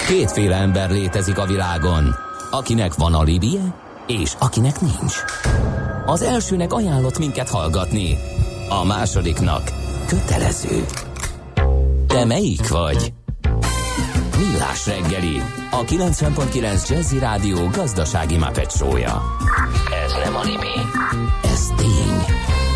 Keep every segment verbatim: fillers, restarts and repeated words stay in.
Kétféle ember létezik a világon, akinek van alibije, és akinek nincs. Az elsőnek ajánlott minket hallgatni, a másodiknak kötelező. Te melyik vagy? Millás reggeli, a kilencven pont kilenc Jazzy Rádió gazdasági Muppet show-ja. Ez nem anime, ez tény.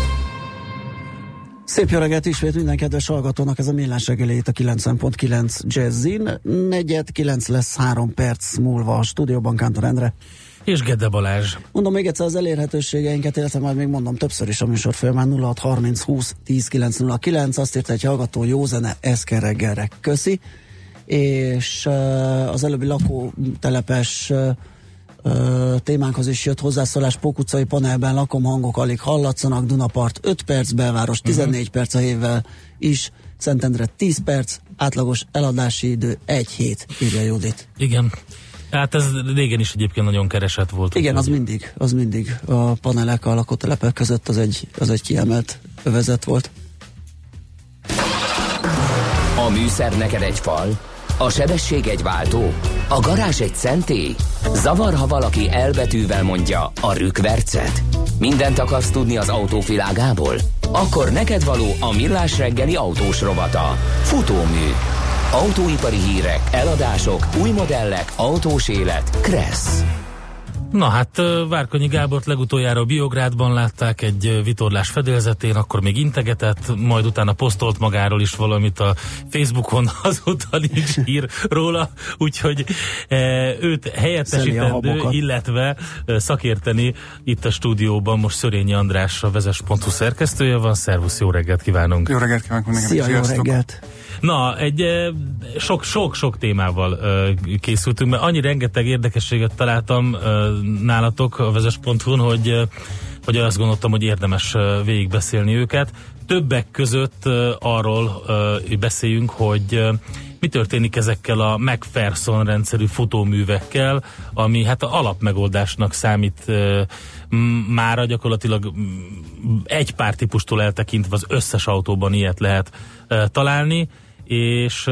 Szép jó reggelt ismét minden kedves hallgatónak, ez a Millás reggeli itt a kilencven pont kilenc Jazzin. Negyed kilenc lesz három perc múlva a stúdióban Kántor Endre. És Gede Balázs. Mondom még egyszer az elérhetőségeinket, illetve majd még mondom többször is a műsor folyamán. Nulla hat harminc húsz tíz kilenc nulla kilenc, azt írta egy hallgató, jó zene, ez kell reggelre, köszi. És uh, az előbbi lakótelepes uh, uh, témánkhoz is jött hozzászólás. Pók utcai panelben lakom, hangok alig hallatszanak, Dunapart öt perc, belváros tizennégy uh-huh. perc a hévvel is, Szentendre tíz perc, átlagos eladási idő egy hét, írja Judit. Igen. Hát ez régen is egyébként nagyon keresett volt. Igen, az mindig, az mindig a panelek, a lakótelepek között az egy, az egy kiemelt övezet volt. A műszer neked egy fal, a sebesség egy váltó, a garázs egy szentély. Zavar, ha valaki elbetűvel mondja a rükvercet. Mindent akarsz tudni az autóvilágából? Akkor neked való a Millás reggeli autós rovata. Futómű. Autóipari hírek, eladások, új modellek, autós élet. Kressz. Na hát Várkonyi Gábort legutoljára a Biográdban látták egy vitorlás fedélzetén, akkor még integetett, majd utána posztolt magáról is valamit a Facebookon, azóta nincs hír róla, úgyhogy e, őt helyettesítendő, illetve e, szakérteni itt a stúdióban most Szörényi András, a vezes pont hu szerkesztője van. Szervusz, jó reggelt kívánunk! Jó reggelt kívánunk mindenkinek! Szia, jó reggelt! Na, egy sok-sok-sok témával uh, készültünk, mert annyi rengeteg érdekességet találtam uh, nálatok a vezes pont hu-n, hogy, uh, hogy azt gondoltam, hogy érdemes uh, végigbeszélni őket. Többek között uh, arról uh, beszéljünk, hogy uh, mi történik ezekkel a McPherson rendszerű futóművekkel, ami hát a alapmegoldásnak számít uh, mára, gyakorlatilag egy pár típustól eltekintve az összes autóban ilyet lehet uh, találni, és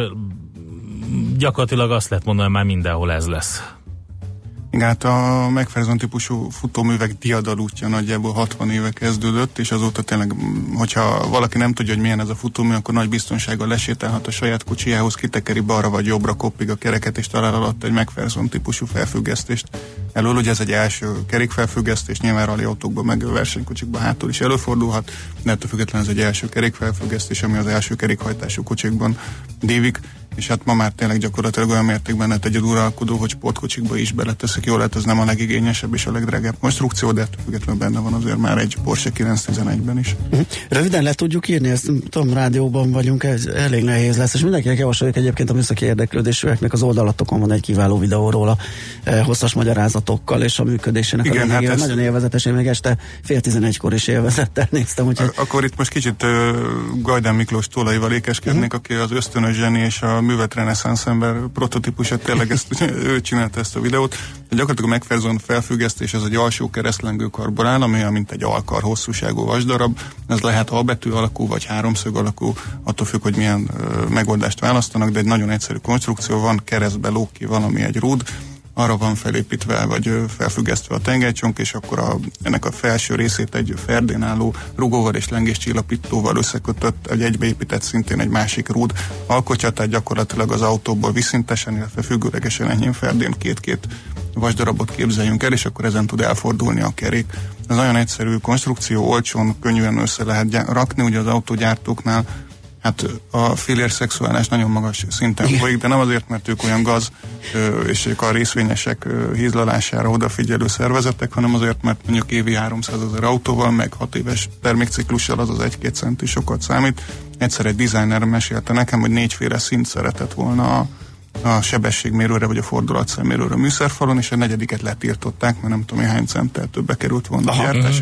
gyakorlatilag azt lehet mondani, hogy már mindenhol ez lesz. Igen, hát a McPherson típusú futóművek diadalútja nagyjából hatvan éve kezdődött, és azóta tényleg, hogyha valaki nem tudja, hogy milyen ez a futómű, akkor nagy biztonsággal lesétálhat a saját kocsijához, kitekeri balra vagy jobbra koppig a kereket, és talál alatt egy McPherson típusú felfüggesztést. Elől ugye ez egy első kerékfelfüggesztés, nyilván rally autókban, meg versenykocsikban hátul is előfordulhat, de ettől függetlenül ez egy első kerékfelfüggesztés, ami az első kerékhajtású kocsikban dívik, és hát ma már tényleg gyakorlatilag olyan mértékben lett egy uralkodó, hogy sportkocsikba is beleteszik. Jól lehet, ez nem a legigényesebb és a legdrágább konstrukció, de ettől függetlenül benne van azért már egy Porsche kilencszáztizenegyben is. Uh-huh. Röviden le tudjuk írni, ezt tudom, rádióban vagyunk, ez elég nehéz lesz, és mindenkinek javasoljuk egyébként a műszaki érdeklődésűeknek az oldalatokon van egy kiváló videó róla, eh, hosszas magyarázatokkal és a működésének. Igen, a hát ez... nagyon élvezetes, én meg este fél tizenegykor is élvezettel néztem. Úgyhogy... Akkor itt most kicsit uh, Gajdán Miklós tollaival ékeskednék, uh-huh. aki az ösztönös zseni és a művet reneszánsz ember prototípusát, tényleg ezt, ő csinálta ezt a videót. Gyakorlatilag a McPherson felfüggesztés, ez egy alsó keresztlengőkarból áll, ami mint egy alkar hosszúságú vasdarab. Ez lehet albetű alakú, vagy háromszög alakú, attól függ, hogy milyen uh, megoldást választanak, de egy nagyon egyszerű konstrukció van, keresztbe lóg ki valami egy rúd, arra van felépítve, vagy felfüggesztve a tengelycsonk, és akkor a, ennek a felső részét egy ferdén álló rugóval és lengéscsillapítóval összekötött, egy egybeépített szintén egy másik rúd alkotja, tehát gyakorlatilag az autóból viszintesen, illetve függőlegesen enyhén ferdén két-két vasdarabot képzeljünk el, és akkor ezen tud elfordulni a kerék. Ez nagyon egyszerű konstrukció, olcsón, könnyűen össze lehet rakni, ugye az autógyártóknál hát a fillérszexuálás nagyon magas szinten folyik, de nem azért, mert ők olyan gaz és ők a részvényesek hízlalására odafigyelő szervezetek, hanem azért, mert mondjuk évi háromszázezer autóval, meg hat éves termékciklussal az az egy-két centi sokat számít. Egyszer egy designer mesélte nekem, hogy négyféle szint szeretett volna a, a sebességmérőre vagy a fordulatszámmérőre a műszerfalon, és a negyediket letiltották, mert nem tudom, hány centtel többe került volna a gyártás, és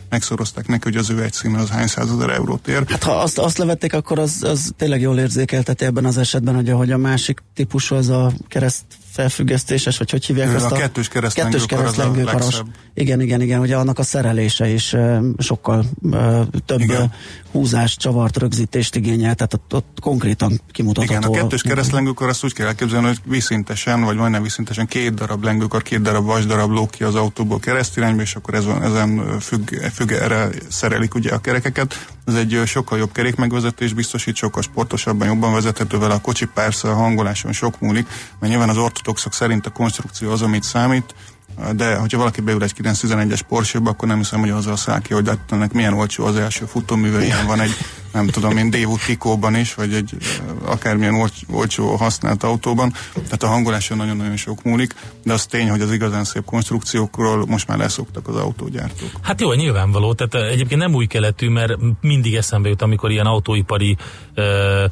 megszorozták neki, hogy az ő egy színe az hány százezer eurót ér. Hát ha azt, azt levették, akkor az, az tényleg jól érzékelteti ebben az esetben, hogy ahogy a másik típusú, az a kereszt felfüggesztéses, vagy hogy hívják ő azt a, a kettős keresztlengőkaros. Igen, igen, igen, ugye annak a szerelése is uh, sokkal uh, több uh, húzást, csavart, rögzítést igényel, tehát ott, ott konkrétan kimutatható. Igen, a kettős keresztlengőkar azt úgy kell elképzelni, hogy viszintesen, vagy majdnem viszintesen két darab lengőkar, két darab vasdarab lóg ki az autóból keresztirányba, és akkor ezen, ezen függ, függ, erre szerelik ugye a kerekeket. Ez egy sokkal jobb kerékmegvezetés biztosít, sokkal sportosabban, jobban vezethető vele a kocsi, persze a hangoláson sok múlik, mert nyilván az ortodoxok szerint a konstrukció az, amit számít, de hogyha valaki beül egy kilenc tizenegyes Porsche-ba, akkor nem hiszem, hogy azzal száll ki, hogy hát ennek milyen olcsó az első futóműve, ilyen van egy, nem tudom én, Daewoo Tico-ban is, vagy egy akármilyen olcs, olcsó használt autóban, tehát a hangoláson nagyon-nagyon sok múlik, de az tény, hogy az igazán szép konstrukciókról most már leszoktak az autógyártók. Hát jó, nyilvánvaló, tehát egyébként nem új keletű, mert mindig eszembe jut, amikor ilyen autóipari uh,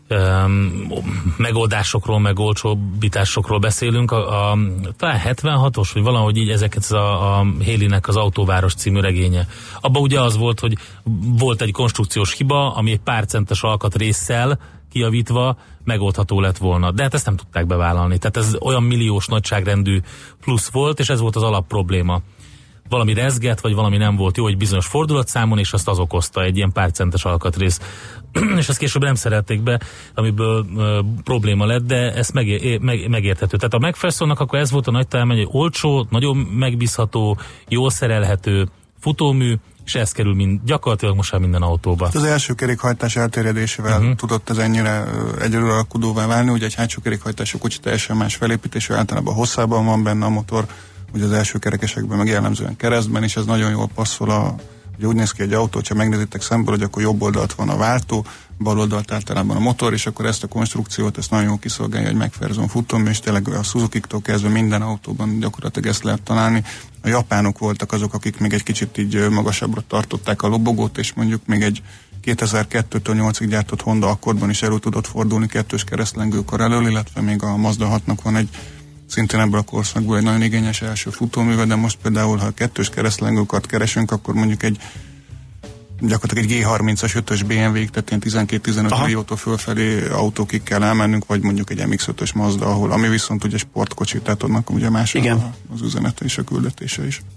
Um, megoldásokról, meg olcsóbbításokról beszélünk, a, a, talán hetvenhatos, vagy valahogy így ezeket a, a Haley-nek az Autóváros című regénye. Abban ugye az volt, hogy volt egy konstrukciós hiba, ami egy pár centes alkatrésszel kijavítva megoldható lett volna. De hát ezt nem tudták bevállalni. Tehát ez olyan milliós nagyságrendű plusz volt, és ez volt az alap probléma. Valami rezgett, vagy valami nem volt jó egy bizonyos fordulatszámon, és azt az okozta, egy ilyen pár centes alkatrész. És ezt később nem szerették be, amiből ö, probléma lett, de ezt megé- meg, megérthető. Tehát a McPhersonnak akkor ez volt a nagy találmány, hogy olcsó, nagyon megbízható, jól szerelhető futómű, és ez kerül mind, gyakorlatilag most már minden autóba. Az első kerékhajtás elterjedésével uh-huh. tudott ez ennyire egyedülalkodóvá válni, ugye egy hátsó kerékhajtású kocsi teljesen más felépítésű, általában hosszában van benne a motor, ugye az első kerekesekben meg jellemzően keresztben, és ez nagyon jól passzol a, ugye úgy néz ki egy autó, ha megnézitek szemből, hogy akkor jobb oldalt van a váltó, bal oldalt általában a motor, és akkor ezt a konstrukciót, ezt nagyon jól kiszolgálja egy McPherson futómű, és tényleg a Suzuki-tól kezdve minden autóban gyakorlatilag ezt lehet találni. A japánok voltak azok, akik még egy kicsit így magasabbra tartották a lobogót, és mondjuk még egy kétezer-kettőtől nyolcig gyártott Honda Accordban is elő tudott fordulni kettős keresztlengőkar elől, illetve még a Mazda hatnak van egy szintén ebből a korszakból egy nagyon igényes első futóműve, de most például, ha kettős keresztlengőkart keresünk, akkor mondjuk egy gyakorlatilag egy G harmincas ötös bé em vé-ig, tehát ilyen tizenkét-tizenöt milliótól fölfelé autókig kell elmennünk, vagy mondjuk egy em iksz ötös Mazda, ahol, ami viszont ugye sportkocsi, tehát annak ugye más a, az üzenete és a küldetése is.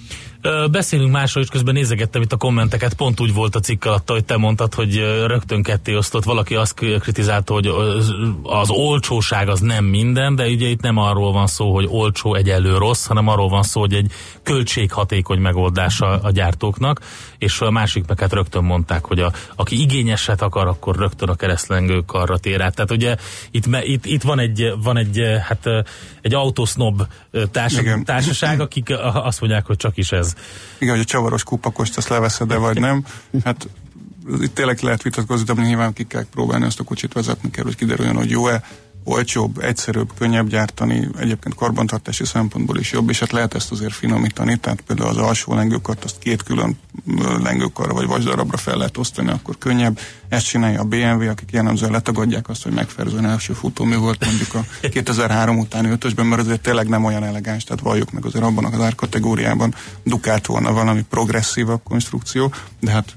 Beszélünk másról, és közben nézegettem itt a kommenteket, pont úgy volt a cikk alatt, hogy te mondtad, hogy rögtön ketté osztott, valaki azt kritizálta, hogy az, az olcsóság az nem minden, de ugye itt nem arról van szó, hogy olcsó egyenlő rossz, hanem arról van szó, hogy egy költséghatékony megoldás a, a gyártóknak, és a másik meg hát rögtön mondták, hogy a, aki igényeset akar, akkor rögtön a keresztlengőkarra tér át. Tehát ugye itt, itt, itt van egy, van egy, hát egy autosznob társa, társaság, akik azt mondják, hogy csak is ez. Igen, hogy a csavaros kupakost azt leveszed-e, vagy nem. Hát itt tényleg lehet vitatkozni, de nyilván ki kell próbálni azt a kocsit vezetni kell, hogy kiderüljön, hogy jó-e, olcsóbb, egyszerűbb, könnyebb gyártani, egyébként karbantartási szempontból is jobb, és hát lehet ezt azért finomítani, tehát például az alsó lengőkart azt két külön lengőkarra vagy vasdarabra fel lehet osztani, akkor könnyebb. Ezt csinálja a bé em vé, akik jellemzően letagadják azt, hogy McPherson első futómű volt mondjuk a kétezer-három utáni ötösben, mert azért tényleg nem olyan elegáns, tehát valljuk meg, azért abban az árkategóriában dukált volna valami progresszívabb konstrukció, de hát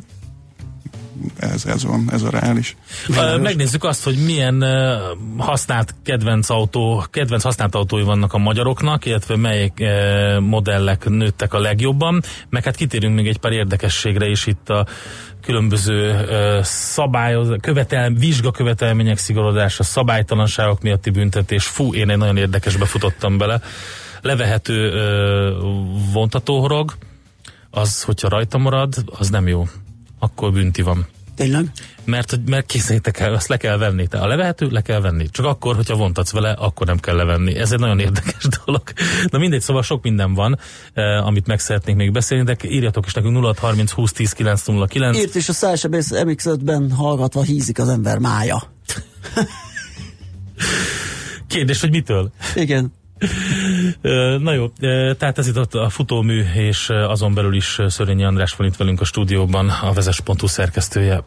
Ez, ez van, ez a reális. Megnézzük azt, hogy milyen használt kedvenc autó, kedvenc használt autói vannak a magyaroknak, illetve melyik modellek nőttek a legjobban, meg hát kitérünk még egy pár érdekességre is itt a különböző szabályoz, követel, vizsgakövetelmények szigorodása, szabálytalanságok miatti büntetés. Fú, én egy nagyon érdekesbe futottam bele. Levehető vontatóhorog, az, hogyha rajta marad, az nem jó. Akkor bünti van. Tényleg? Mert, mert készítek el, azt le kell venni. Te a levehető, le kell venni. Csak akkor, hogyha vontatsz vele, akkor nem kell levenni. Ez egy nagyon érdekes dolog. Na mindegy, szóval sok minden van, eh, amit meg szeretnénk még beszélni, de írjatok is nekünk nulla hat harminc húsz tíz kilenc nulla kilenc. Írt is a Szájsebész em iksz ötben hallgatva hízik az ember mája. Kérdés, hogy mitől? Igen. Na jó, tehát ez itt a futómű, és azon belül is Szörényi András van itt velünk a stúdióban, a vezes pont hu szerkesztője.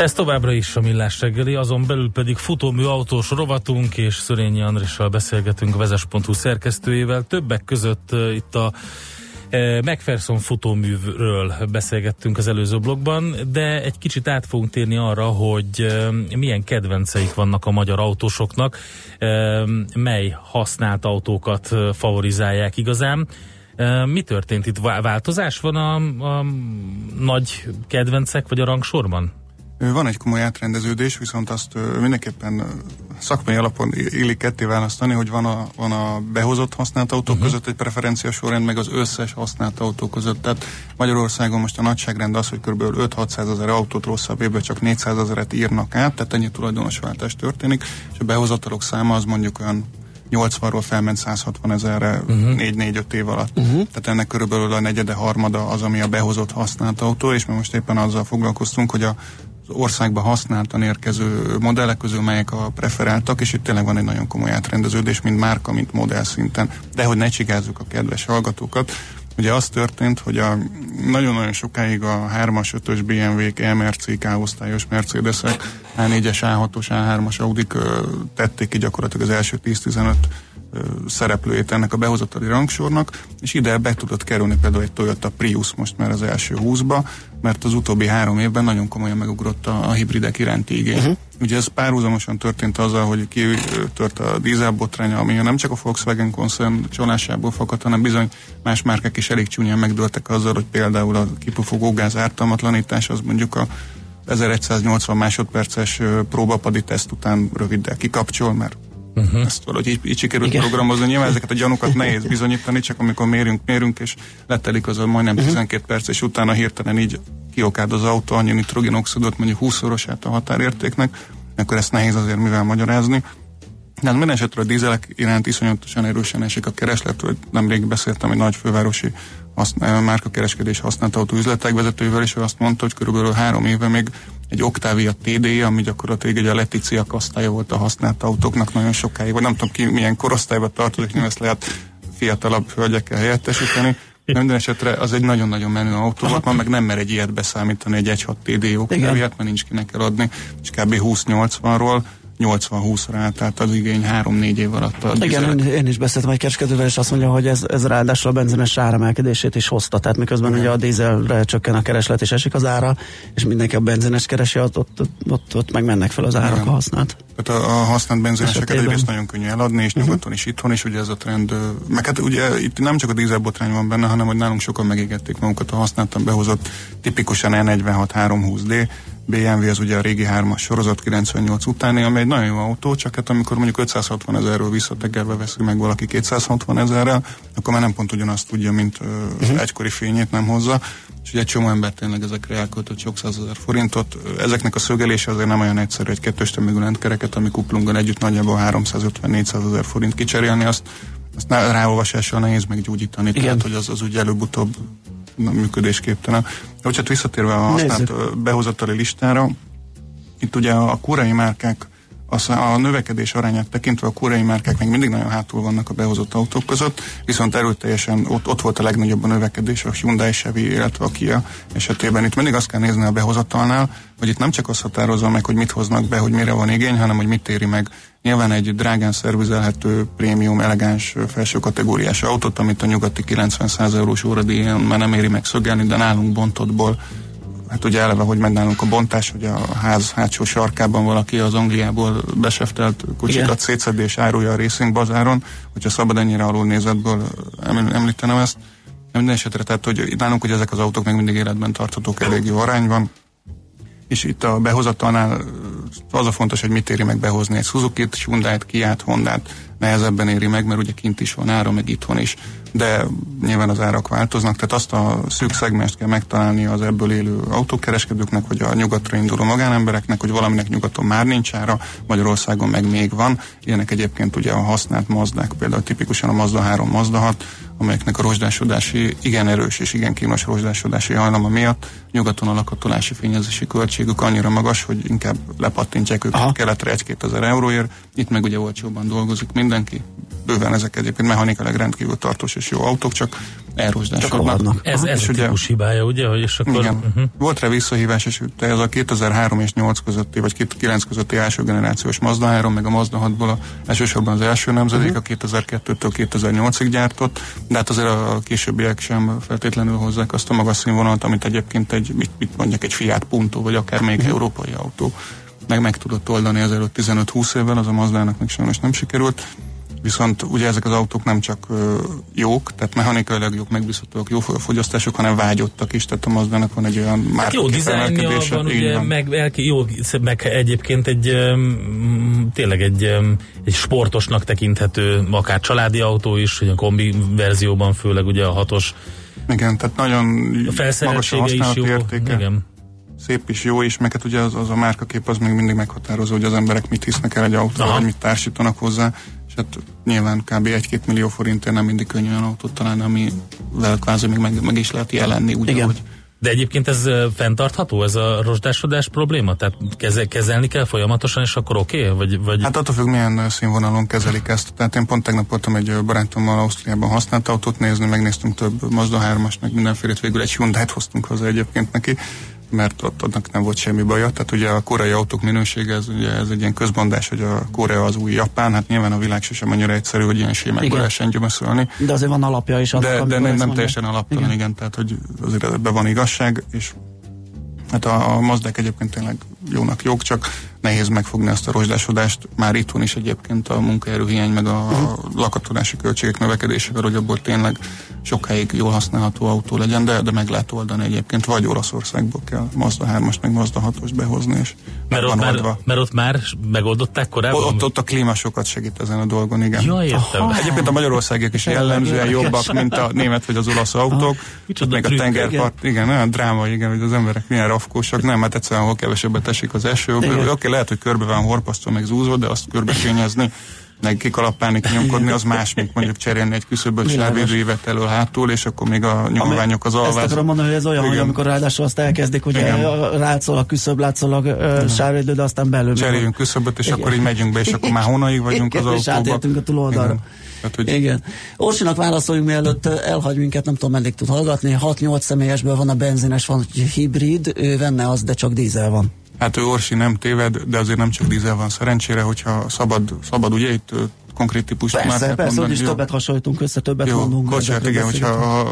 Ez továbbra is a Millás reggeli, azon belül pedig futómű autós rovatunk, és Szörényi Andrissal beszélgetünk, vezes pont hu szerkesztőjével. Többek között uh, itt a uh, McPherson futóművről beszélgettünk az előző blogban, de egy kicsit át fogunk térni arra, hogy uh, milyen kedvenceik vannak a magyar autósoknak, uh, mely használt autókat uh, favorizálják igazán. Uh, mi történt itt? Változás van a, a nagy kedvencek vagy a rangsorban? Van egy komoly átrendeződés, viszont azt mindenképpen szakmai alapon illik ketté választani, hogy van a, van a behozott használt autók uh-huh. között egy preferencia sorrend, meg az összes használt autó között. Tehát Magyarországon most a nagyságrend az, hogy kb. öt-hatszázezer autót rosszabb évben csak négyszázezret írnak át, tehát ennyi tulajdonosváltás történik, és a behozatalok száma az mondjuk olyan nyolcvanról felment száz hatvan ezerre uh-huh. négy-négy-öt év alatt. Uh-huh. Tehát ennek körülbelül a negyede, harmada az, ami a behozott használt autó, és mi most éppen azzal foglalkoztunk, hogy a országban használtan érkező modellek közül melyek a preferáltak, és itt tényleg van egy nagyon komoly átrendeződés, mind márka, mind modell szinten. De hogy ne csigázzuk a kedves hallgatókat, ugye az történt, hogy a nagyon-nagyon sokáig a hármas, ötös bé em vé-k, em er cé, K-osztályos Mercedesek, á négyes, á hatos, á hármas Audik tették ki gyakorlatilag az első tíz-tizenöt szereplőjét ennek a behozatali rangsornak, és ide be tudott kerülni például egy Toyota Prius most már az első húszba, mert az utóbbi három évben nagyon komolyan megugrott a, a hibridek iránti igény. Uh-huh. Ugye ez párhuzamosan történt azzal, hogy kitört a dízelbotránya, ami nem csak a Volkswagen koncern csalásából fakadt, hanem bizony más márkák is elég csúnyán megdőltek azzal, hogy például a kipufogó gáz ártalmatlanítás az mondjuk a ezeregyszáznyolcvan másodperces próbapadi teszt után röviddel kikapcsol, mert Uh-huh. ezt valahogy így, így sikerült Igen. programozni. Nyilván ezeket a gyanúkat nehéz bizonyítani, csak amikor mérünk, mérünk, és letelik az a majdnem uh-huh. tizenkét perc, és utána hirtelen így kiokád az autó annyi nitrogénoxidot, mondjuk húszszorosát a határértéknek, akkor ezt nehéz azért mivel magyarázni. De hát minden esetre a dízelek iránt iszonyatosan erősen esik a keresletről. Nemrég beszéltem egy nagy fővárosi márkakereskedés használt autó üzletek vezetőivel, és ő azt mondta, hogy körülbelül három éve még egy Octavia té dé, ami gyakorlatilag egy a Letizia kasztálya volt a használt autóknak nagyon sokáig, vagy nem tudom ki milyen korosztályban tartozik, nem ezt lehet fiatalabb hölgyekkel helyettesíteni. Minden esetre az egy nagyon-nagyon menő autó volt, ma meg nem mer egy ilyet beszámítani, egy egy hat té dé Octaviát, mert nincs kinek eladni, és kb. húsz-nyolcvanról nyolcvan-húszra állt, tehát az igény három-négy év alatt a Igen, én, én is beszéltem egy kereskedővel, és azt mondja, hogy ez, ez ráadásul a benzines áremelkedését is hozta, tehát miközben ugye a dízelre csökken a kereslet és esik az ára, és mindenki a benzines keresi, ott, ott, ott, ott meg mennek fel az árak Igen. a használt. Tehát a, a használt benzineseket egyrészt nagyon könnyű eladni, és uh-huh. nyugaton is, itthon is, ugye ez a trend, meg hát ugye itt nem csak a dízelbotrány van benne, hanem hogy nálunk sokan megégették magukat a használtan behozott tipikusan E negyvenhat háromszázhúsz dé, bé em vé az ugye a régi hármas sorozat kilencvennyolc utáni, ami egy nagyon jó autó, csak hát amikor mondjuk ötszázhatvan ezerről visszatekerve veszi meg valaki kétszázhatvan ezerrel, akkor már nem pont ugyanazt tudja, mint uh, uh-huh. egykori fényét nem hozza, és ugye egy csomó ember tényleg ezekre elköltött sok százezer forintot. Ezeknek a szögelése azért nem olyan egyszerű, egy kettős tömegű lentkereket, ami kuplunggal együtt nagyjából háromszázötven-négyszáz ezer forint kicserélni, azt, azt ráolvasással nehéz meggyógyítani, Igen. tehát hogy az, az úgy előbb-utóbb működésképtelen. De hogy hát visszatérve a használt behozatali listára, itt ugye a koreai márkák, a növekedés arányát tekintve a koreai márkák még mindig nagyon hátul vannak a behozott autók között, viszont erőteljesen ott, ott volt a legnagyobb a növekedés, a Hyundai, Chevy, illetve a Kia esetében. Itt mindig azt kell nézni a behozatalnál, hogy itt nem csak azt határozza meg, hogy mit hoznak be, hogy mire van igény, hanem hogy mit éri meg. Nyilván egy drágán szervizelhető, prémium, elegáns, felső kategóriás autót, amit a nyugati kilencven-száz eurós óradíjon már nem éri meg szögelni, de nálunk bontottból, hát ugye eleve, hogy megy nálunk a bontás, hogy a ház hátsó sarkában valaki az Angliából beseftelt kocsikat szétszed és árulja a Racing Bazáron, hogyha szabad ennyire alul nézetből említenem ezt. Minden esetre, tehát hogy nálunk hogy ezek az autók még mindig életben tarthatók elég jó arányban, és itt a behozatalnál az a fontos, hogy mit éri meg behozni egy Suzukit, Hyundai-t, Kiát, Hondát, nehezebben éri meg, mert ugye kint is van ára, meg itthon is, de nyilván az árak változnak, tehát azt a szűk szegmest kell megtalálni az ebből élő autókereskedőknek, vagy a nyugatra induló magánembereknek, hogy valaminek nyugaton már nincs ára, Magyarországon meg még van. Ilyenek egyébként ugye a használt Mazdák, például tipikusan a Mazda három, Mazda hat, amelyeknek a rozsdásodási, igen erős és igen kínos rozsdásodási hajlama miatt nyugaton a lakatolási fényezési költségük annyira magas, hogy inkább lepattintják őket Aha. keletre egy-két ezer euróért, itt meg ugye olcsóban dolgozik minden. mindenki. Bőven ezek egyébként mechanikailag rendkívül tartós és jó autók, csak elrosdásodnak. Ez, ez a típus hibája, ugye? Hogy és akkor, igen. Uh-huh. Volt rá visszahívás, és ez a kétezer-három és nyolc közötti, vagy kétezer-kilenc közötti első generációs Mazda három, meg a Mazda hatból a, elsősorban az első nemzedék, uh-huh. a kétezer-kettőtől kétezer-nyolcig gyártott, de hát azért a későbbiek sem feltétlenül hozzák azt a magas színvonalat, amit egyébként egy, mit, mit mondjak, egy Fiat Punto, vagy akár még uh-huh. európai autó meg meg tudott oldani ezelőtt tizenöt-húsz évvel, az a Mazdának még sajnos nem sikerült. Viszont ugye ezek az autók nem csak ö, jók, tehát mechanikailag jók, megbízhatóak, jó fogyasztások, hanem vágyottak is, tehát a Mazdának van egy olyan márka jó dizájnja van, ugye, van. Meg, elki, jó, meg egyébként egy um, tényleg egy, um, egy sportosnak tekinthető, akár családi autó is, a kombi verzióban főleg ugye a hatos. Igen, tehát nagyon magas a használati értéke. Igen. Szép is, jó is, meg hát ugye az, az a márkakép az még mindig meghatározó, hogy az emberek mit hisznek el egy autóra, vagy mit társítanak hozzá, és hát nyilván kb. egy-két millió forintért nem mindig könnyű olyan autót találni, amivel kvázi még meg, meg is lehet jelenni, úgy, igen. ahogy. De egyébként ez fenntartható, ez a rozsdásodás probléma? Tehát keze, kezelni kell folyamatosan, és akkor oké? Okay? Vagy, vagy... Hát attól függ, milyen színvonalon kezelik ezt. Tehát én pont tegnap voltam egy barátommal Ausztriában használt autót nézni, megnéztünk több Mazda hármast, meg mindenfélét, végül egy Hyundai-t hoztunk hozzá egyébként neki, mert ott annak nem volt semmi baja. Tehát ugye a koreai autók minősége, ez, ugye ez egy ilyen közmondás, hogy a Korea az új Japán, hát nyilván a világ sosem annyira egyszerű, hogy ilyen sémákba lehessen gyömöszölni. De azért van alapja is annak, De, de nem, nem teljesen mondja. alaptalan, igen. igen, tehát hogy azért ebben van igazság, és hát a, a Mazdák egyébként tényleg jónak jók, csak nehéz megfogni azt a rozsdásodást. Már itthon is egyébként a munkaerőhiány, meg a uh-huh. lakatolási költségek növekedésével, hogy abból tényleg sokáig jól használható autó legyen, de, de meg lehet oldani egyébként, vagy Olaszországból kell Mazda hármast, meg Mazda hatost behozni, és mert ott, már, mert ott már megoldották korábban? Ott, ott a klíma sokat segít ezen a dolgon, igen. Ja, értem. Aha. Egyébként a magyarországiak is jellemzően jobbak, mint a német vagy az olasz autók. Micsoda még trükk, a tengerpart, igen, igen, olyan dráma, igen, hogy az emberek milyen rafkósak, nem, hát egyszerűen hol kevesebbet esik az eső. Oké, okay, lehet, hogy körbe van horpasztva, meg zúzva, de azt körbe kényezni, meg kikalapálni, kinyomkodni, az más, mint mondjuk cserélni egy küszöböt sávvédőívet elől hátul, és akkor még a nyomványok az alváz. Ezt akarom mondani, hogy ez olyan, igen. hogy amikor ráadásul azt elkezdik, hogy látszol a küszöb, látszólag uh, sávvédő, de aztán belül. Cseréljünk küszöböt, és igen. akkor így megyünk be, és akkor már hónaig vagyunk igen, az autóba. És átértünk a túloldalra. Hát, hogy... Igen. Orsinak válaszoljunk, mielőtt elhagy minket, nem tudom, meddig tud hallgatni. hat-nyolc személyesből van a benzines, van hibrid, ő venne az, de csak dízel van. Hát ő Orsi nem téved, de azért nem csak dízel van szerencsére, hogyha szabad, szabad ugye itt konkrét típusú persze, márkát persze, mondani. úgyis többet hasonlítunk össze, többet jó, mondunk. Bocsánat, igen, hogyha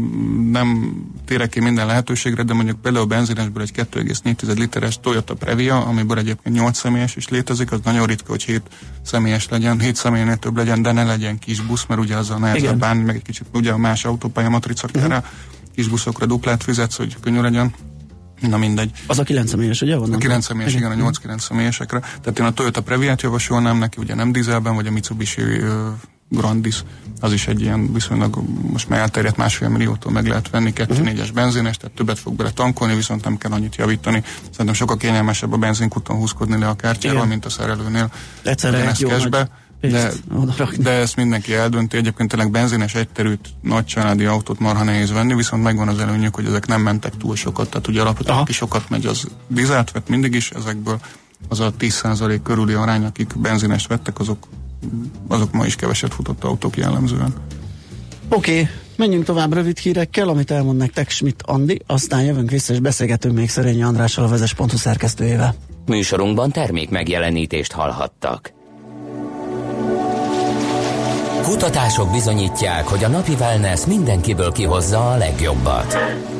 nem térek ki minden lehetőségre, de mondjuk például benzinesből egy kettő egész négy literes Toyota Previa, amiből egyébként nyolc személyes is létezik, az nagyon ritka, hogy hét személyes legyen, hét személynél több legyen, de ne legyen kis busz, mert ugye azzal nehezebb bánni, meg egy kicsit ugye a más autópálya matricakára, uh-huh. kis buszokra duplát fizetsz, hogy könnyű legyen. Na mindegy. Az a kilenc személyes, ugye? A kilenc személyes, igen, a nyolc-kilenc személyesekre. Tehát én a Toyota Previát javasolnám neki, ugye nem dízelben, vagy a Mitsubishi uh, Grandis, az is egy ilyen viszonylag most már elterjedt másfél milliótól meg lehet venni, kettő négyes benzines, tehát többet fog bele tankolni, viszont nem kell annyit javítani. Szerintem sokkal kényelmesebb a benzinkuton húzkodni le a kártyával, igen. mint a szerelőnél. Egyszerűen egy jó cashbe. De, de ezt mindenki eldönti. Egyébként tényleg benzines egyterűt, nagy családi autót marha nehéz venni, viszont megvan az előnyük, hogy ezek nem mentek túl sokat. Tehát ugye alapvetően aki sokat megy, az dízelt vett mindig is, ezekből az a tíz százalék körüli arány, akik benzines vettek, azok, azok ma is keveset futott autók jellemzően. Oké, okay. Menjünk tovább rövid hírekkel, amit elmond nektek Schmidt Andi, aztán jövünk vissza és beszélgetünk még Szerényi Andrással, a vezes pont hu szerkesztőjével. Műsorunkban termék megjelenítést hallhattak. Kutatások bizonyítják, hogy a napi wellness mindenkiből kihozza a legjobbat.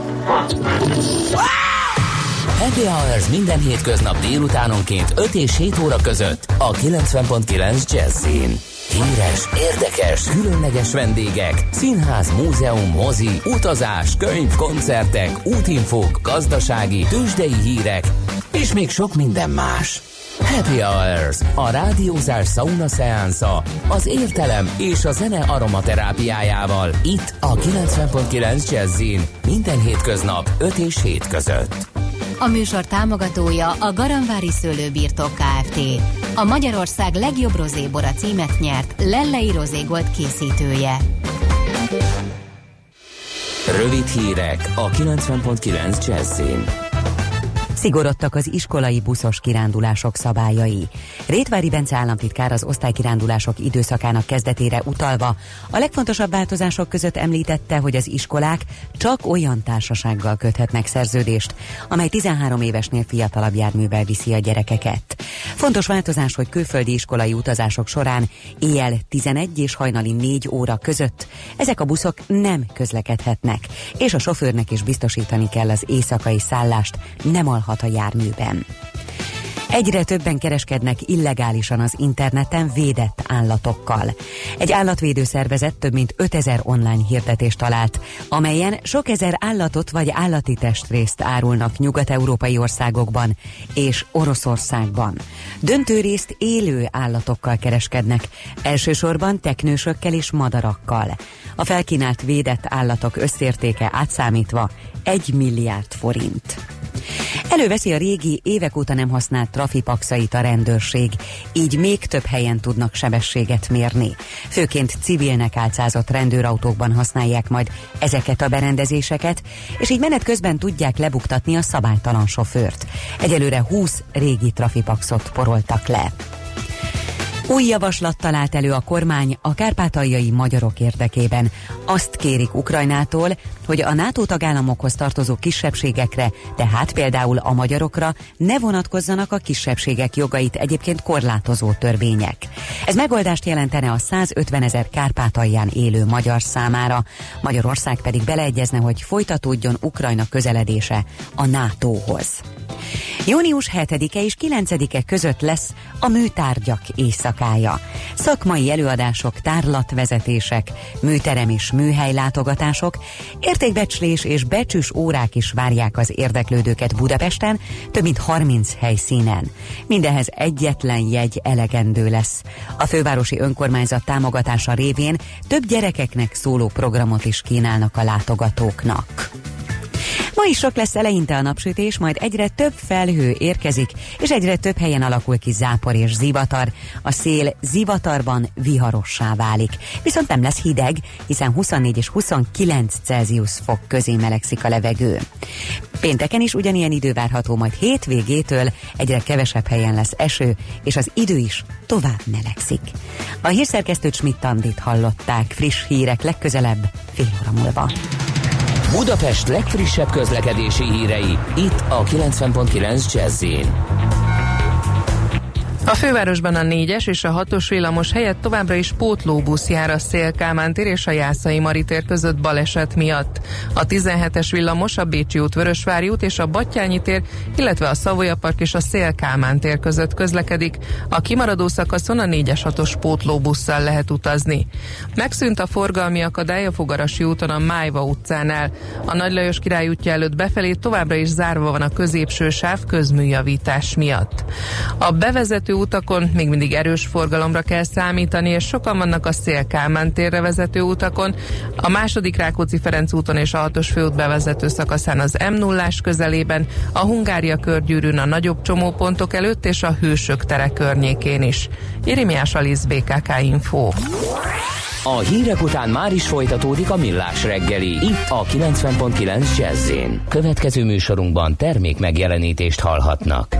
Happy Hours minden hétköznap délutánonként öt és hét óra között a kilencven pont kilenc Jazzin. Híres, érdekes, különleges vendégek, színház, múzeum, mozi, utazás, könyv, koncertek, útinfók, gazdasági, tőzsdei hírek, és még sok minden más. Happy Hours, a rádiózás sauna szeánsza, az értelem és a zene aromaterápiájával, itt a kilencven pont kilenc Jazzin, minden hétköznap öt és hét között. A műsor támogatója a Garamvári Szőlőbirtok Kft. A Magyarország legjobb rozébora címet nyert Lellei Rozégold készítője. Rövid hírek a kilencven pont kilenc Jazzin. Kiszigorodtak az iskolai buszos kirándulások szabályai. Rétvári Bence államtitkár az osztálykirándulások időszakának kezdetére utalva a legfontosabb változások között említette, hogy az iskolák csak olyan társasággal köthetnek szerződést, amely tizenhárom évesnél fiatalabb járművel viszi a gyerekeket. Fontos változás, hogy külföldi iskolai utazások során éjjel tizenegy és hajnali négy óra között ezek a buszok nem közlekedhetnek, és a sofőrnek is biztosítani kell az éjszakai szállást, nem alhat a járműben. Egyre többen kereskednek illegálisan az interneten védett állatokkal. Egy állatvédő szervezet több mint ötezer online hirdetést talált, amelyen sok ezer állatot vagy állati testrészt árulnak nyugat-európai országokban és Oroszországban. Döntő részt élő állatokkal kereskednek, elsősorban teknősökkel és madarakkal. A felkínált védett állatok összértéke átszámítva egy milliárd forint. Előveszi a régi, évek óta nem használt trafipaxait a rendőrség, így még több helyen tudnak sebességet mérni. Főként civilnek álcázott rendőrautókban használják majd ezeket a berendezéseket, és így menet közben tudják lebuktatni a szabálytalan sofőrt. Egyelőre húsz régi trafipaxot poroltak le. Új javaslat talált elő a kormány a kárpátaljai magyarok érdekében. Azt kérik Ukrajnától, hogy a NATO tagállamokhoz tartozó kisebbségekre, tehát például a magyarokra ne vonatkozzanak a kisebbségek jogait egyébként korlátozó törvények. Ez megoldást jelentene a százötvenezer Kárpátalján élő magyar számára, Magyarország pedig beleegyezne, hogy folytatódjon Ukrajna közeledése a nátóhoz. Június hetedike és kilencedike között lesz a műtárgyak éjszakája. Szakmai előadások, tárlatvezetések, műterem és műhely látogatások, értékbecslés és becsűs órák is várják az érdeklődőket Budapesten, több mint harminc helyszínen. Mindehez egyetlen jegy elegendő lesz. A fővárosi önkormányzat támogatása révén több gyerekeknek szóló programot is kínálnak a látogatóknak. Ma is sok lesz eleinte a napsütés, majd egyre több felhő érkezik, és egyre több helyen alakul ki zápor és zivatar. A szél zivatarban viharossá válik. Viszont nem lesz hideg, hiszen huszonnégy és huszonkilenc Celsius fok közé melegszik a levegő. Pénteken is ugyanilyen idő várható, majd hétvégétől egyre kevesebb helyen lesz eső, és az idő is tovább melegszik. A hírszerkesztőt Schmidt-Andit hallották, friss hírek legközelebb fél óra múlva. Budapest legfrissebb közlekedési hírei, itt a kilencven pont kilenc Jazz-in. A fővárosban a négyes és a hatos villamos helyett továbbra is pótlóbusz jár a Széll-Kálmán tér és a Jászai Mari tér között baleset miatt. A tizenhetes villamos a Bécsi út, Vörösvári út és a Battyányi tér, illetve a Savoya Park és a Széll-Kálmán tér között közlekedik. A kimaradó szakaszon a négyes hatos pótlóbusszal lehet utazni. Megszűnt a forgalmi akadály a Fogarasi úton a Májva utcánál. A Nagy Lajos Király útja előtt befelé továbbra is zárva van a középső sáv közműjavítás miatt. A bevezető utakon még mindig erős forgalomra kell számítani, és sokan vannak a Széll-Kálmán térre vezető utakon, a második Rákóczi-Ferenc úton és a hatos főút bevezető szakaszán az em nullás közelében, a Hungária körgyűrűn a nagyobb csomópontok előtt és a Hősök tere környékén is. Irimiás Alisz, bé ká ká Info. A hírek után már is folytatódik a Millás reggeli, itt a kilencven pont kilenc Jazz-in. Következő műsorunkban termék megjelenítést hallhatnak.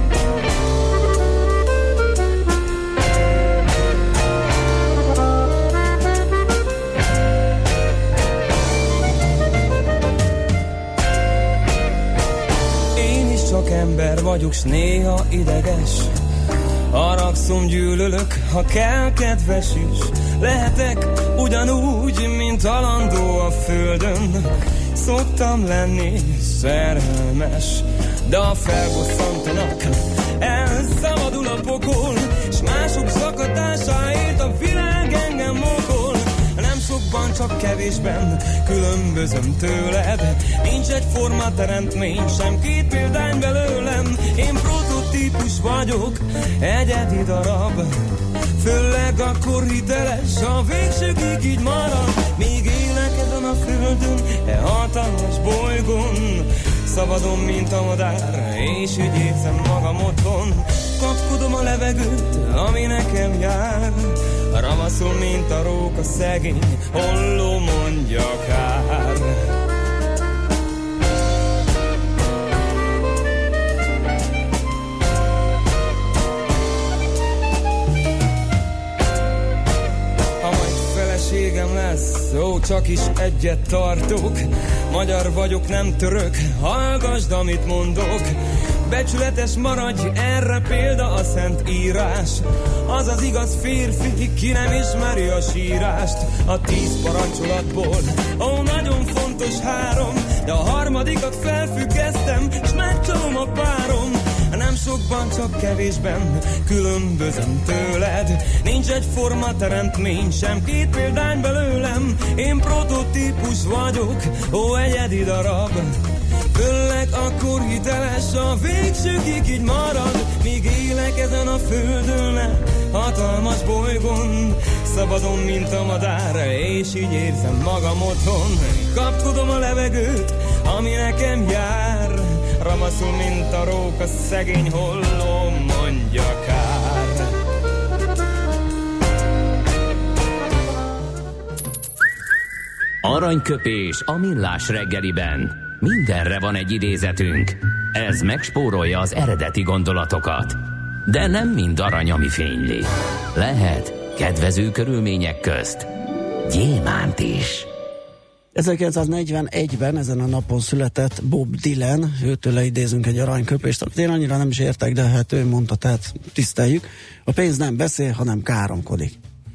Ember vagyok, s néha ideges, haragszom, gyűlölök, ha kell, kedves is. Lehetek ugyanúgy, mint alandó a földön. Szoktam lenni szerelmes, de ha felbosszantanak, elszabadul a pokol, s mások zakatásáért a világ engem mokol. Nem sokban, csak kevésben különbözöm tőled. Nincs egyforma teremtmény, sem két példány belőlem. Én prototípus vagyok, egyedi darab. Főleg akkor hiteles, a végsőkig így marad. Még élek ezen a földön, e hatalmas bolygón. Szabadon, mint a madár, és úgy érzem magam otthon. Kapkodom a levegőt, ami nekem jár. Ravaszol, mint a róka szegény, holló mondja kár. Szó, csak is egyet tartok, magyar vagyok, nem török, hallgasd, amit mondok. Becsületes maradj, erre példa a szent írás. Az az igaz férfi, ki nem ismeri a sírást. A tíz parancsolatból, ó, nagyon fontos három, de a harmadikat felfüggesztem, s megcsalom a párom. Nem sokban, csak kevésben különbözöm tőled. Nincs egyforma teremtmény, sem két példány belőlem. Én prototípus vagyok, ó, egyedi darab. Főleg akkor hiteles, a végsőkig így marad. Míg élek ezen a földön, hatalmas bolygón, szabadon, mint a madár, és így érzem magam otthon. Kapkodom a levegőt, ami nekem jár, ramaszul, mint a róka, szegény holló, mondja kár. Aranyköpés a millás reggeliben. Mindenre van egy idézetünk. Ez megspórolja az eredeti gondolatokat. De nem mind arany, ami fényli. Lehet kedvező körülmények közt gyémánt is. ezerkilencszáznegyvenegyben ezen a napon született Bob Dylan, őtőle idézünk egy aranyköpést, amit én annyira nem is értek, de hát ő mondta, tehát tiszteljük. A pénz nem beszél, hanem káromkodik.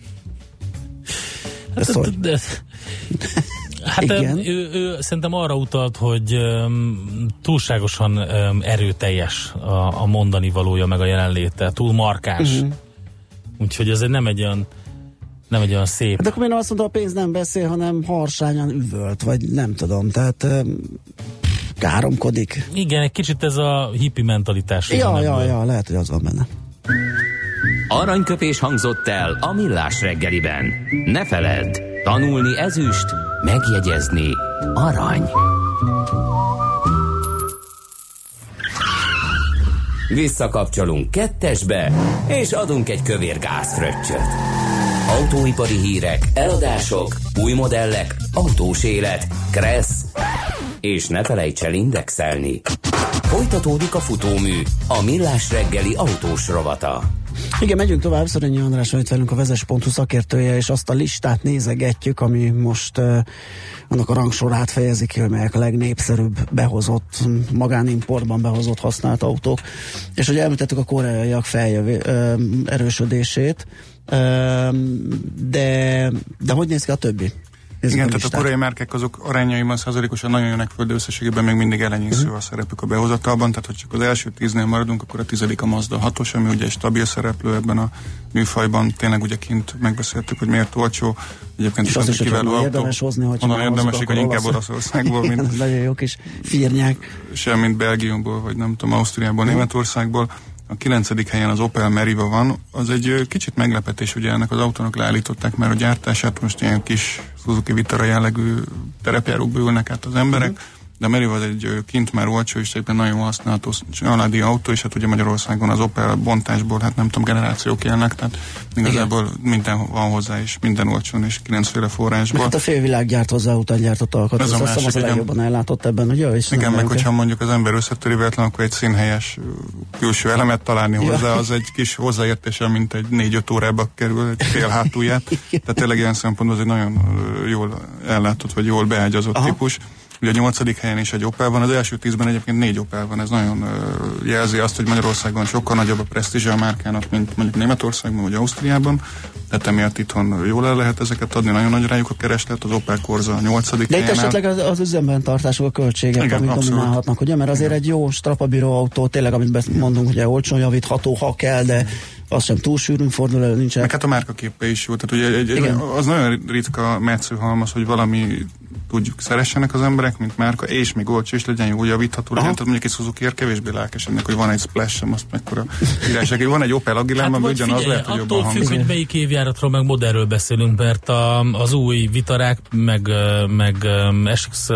Hát, szóval... de, hát ő, ő szerintem arra utalt, hogy um, túlságosan um, erőteljes a, a mondani valója, meg a jelenléte, túl markáns. Uh-huh. Úgyhogy ez nem egy olyan nem egy olyan szép. De akkor én azt mondta, a pénz nem beszél, hanem harsányan üvölt, vagy nem tudom, tehát um, káromkodik. Igen, egy kicsit ez a hippi mentalitás. Ja, ja, ja, lehet, hogy az van benne. Aranyköpés hangzott el a millás reggeliben. Ne feledd, tanulni ezüst, megjegyezni arany. Visszakapcsolunk kettesbe, és adunk egy kövér gázfröccsöt. Autóipari hírek, eladások, új modellek, autós élet, kressz, és ne felejts el indexelni. Folytatódik a futómű, a millás reggeli autós rovata. Igen, megyünk tovább, Szörényi András van itt velünk, a vezes pont hu szakértője, és azt a listát nézegetjük, ami most uh, annak a rangsorát fejezi ki, melyek a legnépszerűbb behozott, magánimportban behozott használt autók. És hogy említettük a koreaiak feljövő, uh, erősödését, uh, de, de hogy néz ki a többi? Nézzük. Igen, a tehát a koreai márkák azok arányaiban százalékosan nagyon jönnek föl, de összességében még mindig elenyésző uh-huh. a szerepük a behozatalban, tehát hogy csak az első tíznél maradunk, akkor a tizedik a Mazda hatos, ami ugye egy stabil szereplő ebben a műfajban, tényleg ugye kint megbeszéltük, hogy miért olcsó, egyébként és az is, kiváló autó. Érdemes hozni, hogy onnan érdemes, hogy inkább Olaszországból, mint nagyon jó kis firnyák. Sem, mint Belgiumból, vagy nem tudom, Ausztriából, uh-huh. Németországból. A kilencedik helyen az Opel Meriva van, az egy kicsit meglepetés, ugye ennek az autónak leállították már a gyártását, most ilyen kis Suzuki Vitara jellegű terepjárókba ülnek át az emberek, uh-huh. de a Meriva az egy kint már olcsó, és egyben nagyon használható családi autó, és hát ugye Magyarországon az Opel bontásból, hát nem tudom, generációk élnek, tehát igazából igen. minden van hozzá, és minden olcsón, és kilencféle forrásból. Hát a félvilág gyárt hozzá után gyártott alkat, ez a másik, az a legjobban ellátott ebben, hogy jó, és igen, meg hogyha mondjuk az ember összetöri véletlen, akkor egy színhelyes külső elemet találni ja. hozzá, az egy kis hozzáértése, mint egy négy-öt órába kerül, egy fél hátulját. Tehát tényleg ilyen szempontból az egy nagyon jól ellátott, vagy jól beágyazott aha. típus. Ugye a nyolcadik helyen is egy Opel van, az első tízben egyébként négy Opel van, ez nagyon uh, jelzi azt, hogy Magyarországon sokkal nagyobb a presztízse a márkának, mint mondjuk Németországban vagy Ausztriában, tehát emiatt itthon jól el lehet ezeket adni, nagyon nagy rájuk a kereslet, az Opel Corsa a nyolcadik helyen. De itt esetleg az, az üzemben tartások a költségek, igen, amik abszolút dominálhatnak, ugye, mert azért igen. egy jó strapabíró autó, tényleg, amit mondunk, hogy olcsón javítható, ha kell, de az sem túl sűrűn fordul elő, nincsen. Meg hát a márkaképe is jó, tehát ugye egy, egy, az nagyon ritka metszőhalmaz, hogy valami tudjuk szeressenek az emberek, mint márka, és még olcsó is legyen, jó javítható legyen. Tehát mondjuk egy Suzuki-ért kevésbé lelkesednek, hogy van egy Splash-em, azt mekkora királyság. Van egy Opel Agilában, hát ugyanaz lehet, hogy jobban hangzik. Attól függ, hogy melyik évjáratról, meg modellről beszélünk, mert a, az új Vitarák, meg, meg es iksz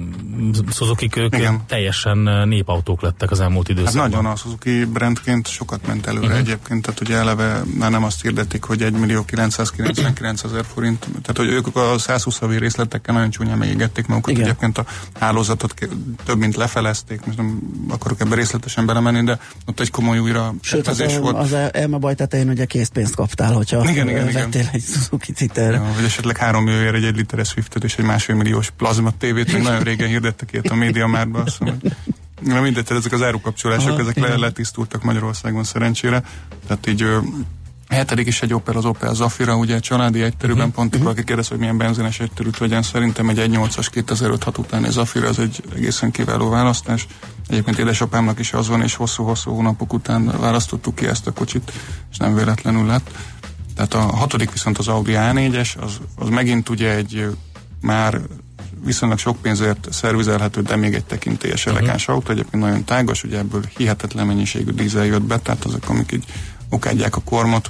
Suzuki-k, ők igen. teljesen népautók lettek az elmúlt időszakban. Hát nagyon, a Suzuki brandként sokat ment előre uh-huh. egyébként, tehát ugye eleve már nem azt hirdetik, hogy egy millió kilencszázkilencvenkilencezer forint, tehát hogy ők a százhúsz havi részletekkel nagyon csúnyán égették magukat. Igen. Egyébként a hálózatot több mint lefelezték, most nem akarok ebbe részletesen belemenni, de ott egy komoly újra Sőt, az, volt. az elmebaj tetején ugye készpénzt kaptál, hogyha igen, igen, vettél igen. egy Suzuki Citerre. Ja, vagy esetleg három millióért egy egy literes Swiftet és egy másfél milliós plazma tévét, még nagyon régen hirdettek ilyet a média márba, azt mondom, hogy na mindegy, ezek az árukapcsolások, Aha, ezek le, letisztultak Magyarországon szerencsére. Tehát így ö, a hetedik is egy Opel, az Opel Zafira, ugye családi egyterűben, uh-huh. pont uh-huh. valaki kérdez, hogy milyen benzines egyterűt vegyen, szerintem egy egy nyolcas kétezer-öt-hat utáni Zafira, az egy egészen kiváló választás. Egyébként édesapámnak is az van, és hosszú-hosszú hónapok után választottuk ki ezt a kocsit, és nem véletlenül lett. Tehát a hatodik viszont az Audi á négyes, az, az megint ugye egy már viszonylag sok pénzért szervizelhető, de még egy tekintélyes elegáns uh-huh. autó, egyébként nagyon tágas, ugye ebből hihetetlen mennyiségű dízel jött be, tehát azok, amik így okádják a kormot,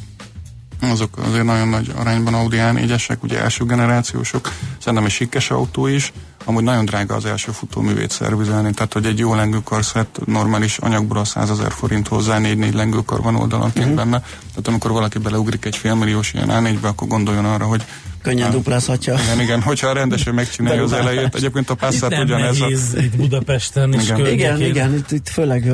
azok azért nagyon nagy arányban Audi á négyesek, ugye első generációsok, szerintem egy sikkes autó is, amúgy nagyon drága az első futóművét szervizelni, tehát hogy egy jó lengőkarszett normális anyagból a százezer forint hozzá, négy-négy lengőkar van oldalanként uh-huh. benne, tehát amikor valaki beleugrik egy félmilliós ilyen á négybe, akkor gondoljon arra, hogy könnyen duplázhatja. Igen, igen, hogyha rendesen megcsinálja az elejét. Egyébként a Passat ugyanez a... itt Budapesten is igen. igen, igen, itt, itt főleg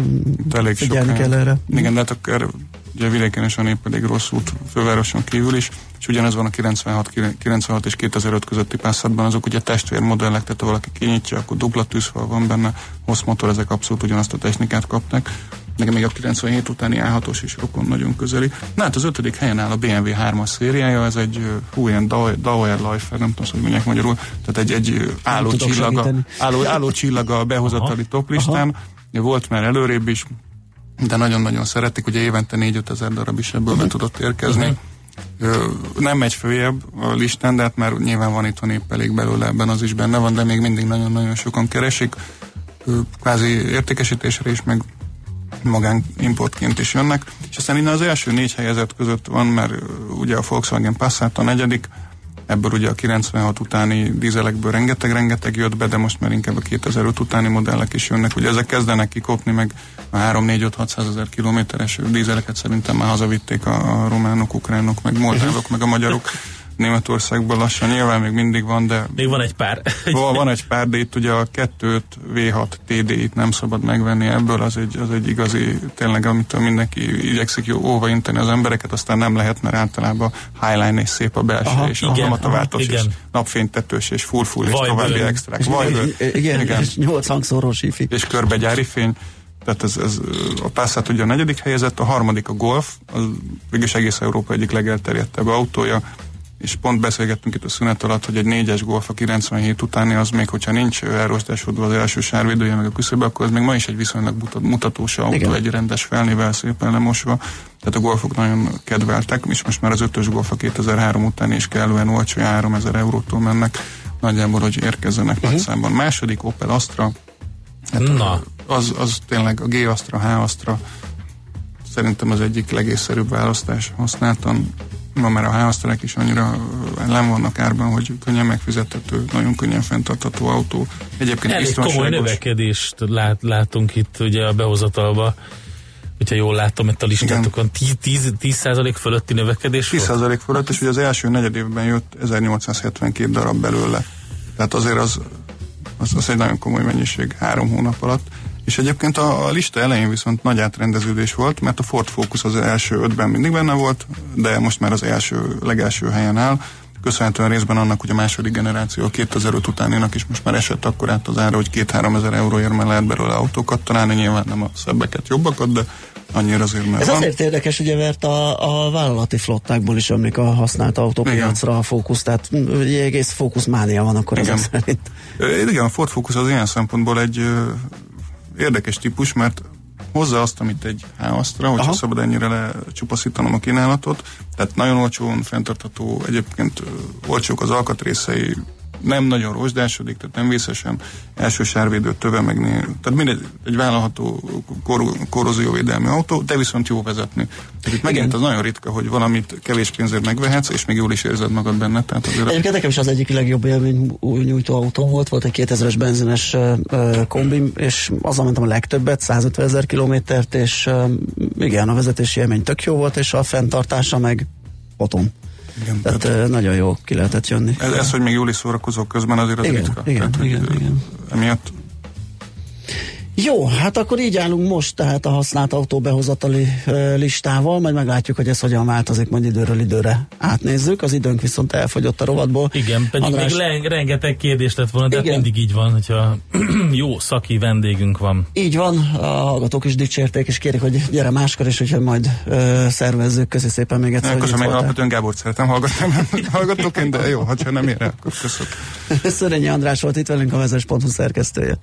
uh, figyelni kell erre. Igen, de hát akkor ugye vidéken is van épp elég rossz út, fővároson kívül is, és ugyanez van a kilencvenhat, kilencvenhat és kétezer-öt közötti Passatban, azok ugye testvérmodellek, tehát ha valaki kinyitja, akkor dupla tűzfal van benne, hossz motor, ezek abszolút ugyanazt a technikát kapnak. Nekem még a kilencvenhét utáni á hatos is rokon nagyon közeli. Na hát az ötödik helyen áll a bé em vé hármas szériája, ez egy hú, ilyen Dauerläufer, nem tudom, hogy mondják magyarul, tehát egy, egy álló, csillaga, álló, álló csillaga a behozatali toplistán. Volt már előrébb is, de nagyon-nagyon szeretik, ugye évente négy-ötezer darab is ebből be tudott érkezni. Ö, nem megy följebb a listán, de hát már nyilván van itt van épp elég belőle, ebben az is benne van, de még mindig nagyon-nagyon sokan keresik. Ö, kvázi értékesítésre is, meg magánimportként is jönnek, és aztán innen az első négy helyezett között van, mert ugye a Volkswagen Passat a negyedik, ebből ugye a kilencvenhat utáni dízelekből rengeteg-rengeteg jött be, de most már inkább a kétezer-öt utáni modellek is jönnek, ugye ezek kezdenek kikopni, meg a három-négy-öt-hatszázezer kilométeres dízeleket szerintem már hazavitték a, a románok, ukránok, meg moldávok, meg a magyarok Németországból lassan, nyilván még mindig van, de... Még van egy pár. Van, van egy pár, de itt ugye a kettő vé hat té dé-t nem szabad megvenni ebből, az egy, az egy igazi, tényleg, amitől mindenki igyekszik jó óvainteni az embereket, aztán nem lehet, mert általában highline és szép a belső, aha, és automataváltós, és napfénytetős, és full-full, és további extrák. Vajbőr. Igen, igen, és nyolc hangszórós hifi. És körbegyári fény. Tehát ez, ez, a Passat ugye a negyedik helyezett, a harmadik a Golf, az végülis egész Európa egyik legelterjedtebb autója, és pont beszélgettünk itt a szünet alatt, hogy egy négyes Golf a kilencvenhét utáni, az még hogyha nincs elrostásodva az első sárvédője meg a küszöbe, akkor ez még ma is egy viszonylag mutatós autó, igen. Egy rendes felnével szépen lemosva. Tehát a Golfok nagyon kedveltek, és most már az ötös Golf a kétezer-három utáni is kellően olcsó, háromezer eurótól mennek nagyjából, hogy érkezzenek uh-huh. nagy számban. Második Opel Astra, hát na. Az, az tényleg a G Astra, H Astra, szerintem az egyik legészszerűbb választás. Használtan ma már a H Astrák is annyira nem vannak árban, hogy könnyen megfizethető, nagyon könnyen fenntartható autó. Egyébként elég komoly növekedést lát, látunk itt ugye a behozatalba, hogyha jól látom, itt a listátokon tíz százalék fölötti növekedés tíz százalék fölött, és ugye az első negyed évben jött ezernyolcszázhetvenkét darab belőle. Tehát azért az, az, az egy nagyon komoly mennyiség három hónap alatt. És egyébként a, a lista elején viszont nagy átrendeződés volt, mert a Ford Focus az első ötben mindig benne volt, de most már az első, legelső helyen áll. Köszönhetően részben annak, hogy a második generáció a kétezer-öt utáninak is most már esett akkor át az ára, hogy két-három ezer euróért már lehet belőle autókat találni, nyilván nem a szebbeket, jobbakat, de annyira azért már ez van. azért érdekes, ugye, mert a, a vállalati flottákból is ömlik a használt autópiacra a fókusz, tehát egy egész fókuszmánia van akkor ezek szerint. Igen, a Ford Focus az ilyen szempontból egy érdekes típus, mert hozza azt, amit egy H-Astra, hogyha szabad ennyire lecsupaszítanom a kínálatot, tehát nagyon olcsón, fenntartható, egyébként olcsók az alkatrészei, nem nagyon rozsdásodik, tehát nem vészesen, első sárvédő, töve megné, tehát mindegy, egy vállalható kor, korrózióvédelmi autó, de viszont jó vezetni. Tehát itt megint az nagyon ritka, hogy valamit kevés pénzért megvehetsz, és még jól is érzed magad benne. Tehát azért egyébként nekem is az egyik legjobb élmény nyújtó autó volt, volt egy kétezres benzines uh, kombi, és azzal mentem a legtöbbet, százötvenezer kilométert, és uh, igen, a vezetési élmény tök jó volt, és a fenntartása meg otthon. Igen, tehát, tehát nagyon jó ki lehetett jönni. Ez, ez hogy még júli szórakozók közben azért az igen, ritka. Igen, tehát, igen, igen. Emiatt jó, hát akkor így állunk most, tehát a használt autó behozatali e, listával, majd meglátjuk, hogy ez hogyan változik, majd időről időre átnézzük. Az időnk viszont elfogyott a rovatból. Igen, pedig András... még le, rengeteg kérdés lett volna, de hát mindig így van, hogyha jó szaki vendégünk van. Így van, a hallgatók is dicsérték, és kérik, hogy gyere máskor, és hogyha majd e, szervezzük. Köszi szépen még egyszer, hogy itt voltál. Alapvetően Gábort szeretem hallgatni, hallgatóként, de jó, ha nem ér el, akkor köszönöm. Szörényi András volt itt velünk, a vezes pont hu szerkesztője.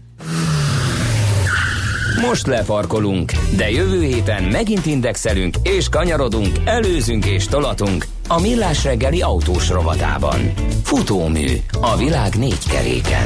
Most lefarkolunk, de jövő héten megint indexelünk és kanyarodunk, előzünk és tolatunk a Millás reggeli autós rovatában. Futómű a világ négy keréken.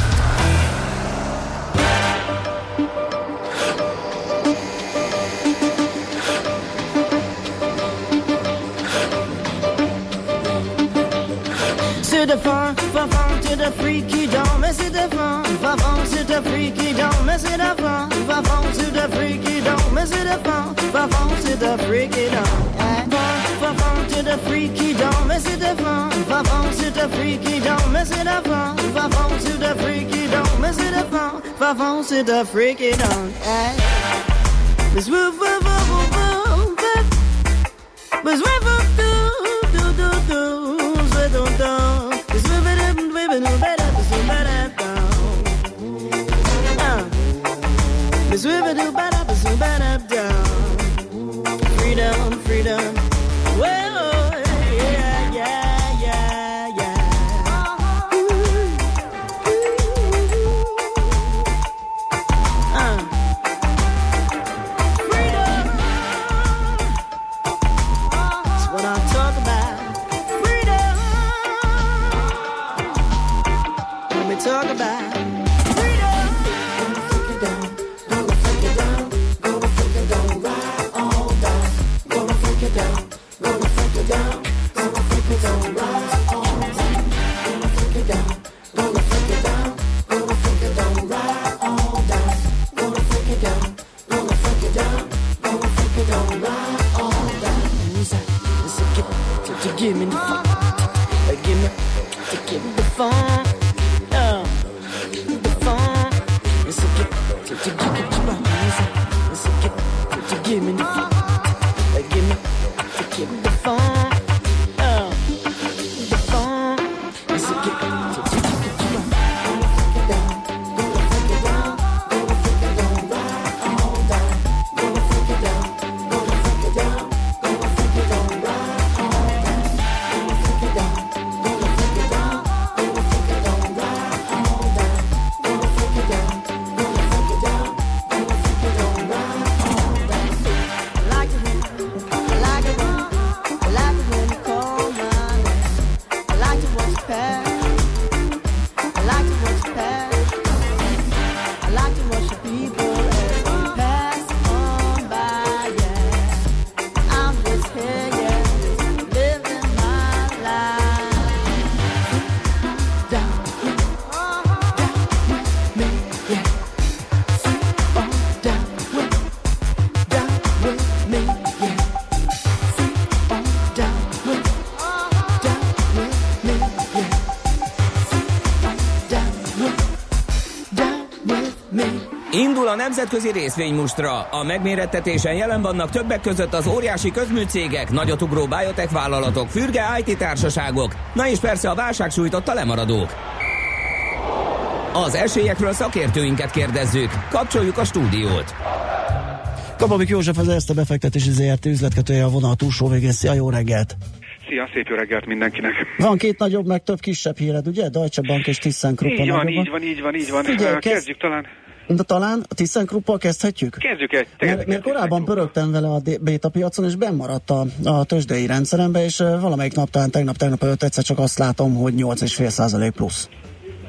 C'est de fun, fun, fun, to the freaky dome, mais c'est de fun, fun, fun, to the freaky dome, mais c'est de fun, fun, fun, to the freaky dome, mais c'est de fun, fun, fun, to the freaky dome, fun, fun, to the freaky dome, mais c'est de fun, fun, fun, to the freaky dome, mais c'est de fun, fun, fun, to the freaky dome, mais c'est de fun, fun, fun, to the freaky dome, Miss Woo Woo Woo Woo Woo, Miss Woo Woo Woo Woo Woo Woo Woo. Freedom, freedom. Well, yeah, yeah, yeah, yeah. Uh. Freedom. That's what I talk about. Freedom. Let me talk about. Give me the fun, give me, give me the fun, uh, the fun. It's a give, to, to give it your body. It's a give, to, to give me the fun, give me, to give me the fun, uh, the fun. It's a give, to, to give it your body. Gonna freak it down, gonna freak it down, gonna freak it down, right all down. Gonna freak it down, gonna freak it down, gonna freak it down, right. Indul a nemzetközi részvénymustra. A megmérettetésen jelen vannak többek között az óriási közműcégek, nagyotugró biotech vállalatok, fürge i té társaságok, na és persze a válság sújtotta lemaradók. Az esélyekről szakértőinket kérdezzük. Kapcsoljuk a stúdiót. Kababik József, az Erste Befektetési zé er té üzletkötője a vonal túlsó végén. Szia, jó reggelt! Szia, szép jó reggelt mindenkinek! Van két nagyobb, meg több kisebb híred, ugye? Deutsche Bank és ThyssenKrupp. Így van, így van, így van, így van. Figyelj, kezdjük kezd... talán. De talán a ThyssenKruppal kezdhetjük? Kezdjük egy. Mert, mert korábban pörögtem vele a béta piacon, és bennmaradt a, a tőzsdei rendszerembe, és valamelyik nap, talán tegnap, tegnap előtt egyszer csak azt látom, hogy nyolc egész öt százalék plusz.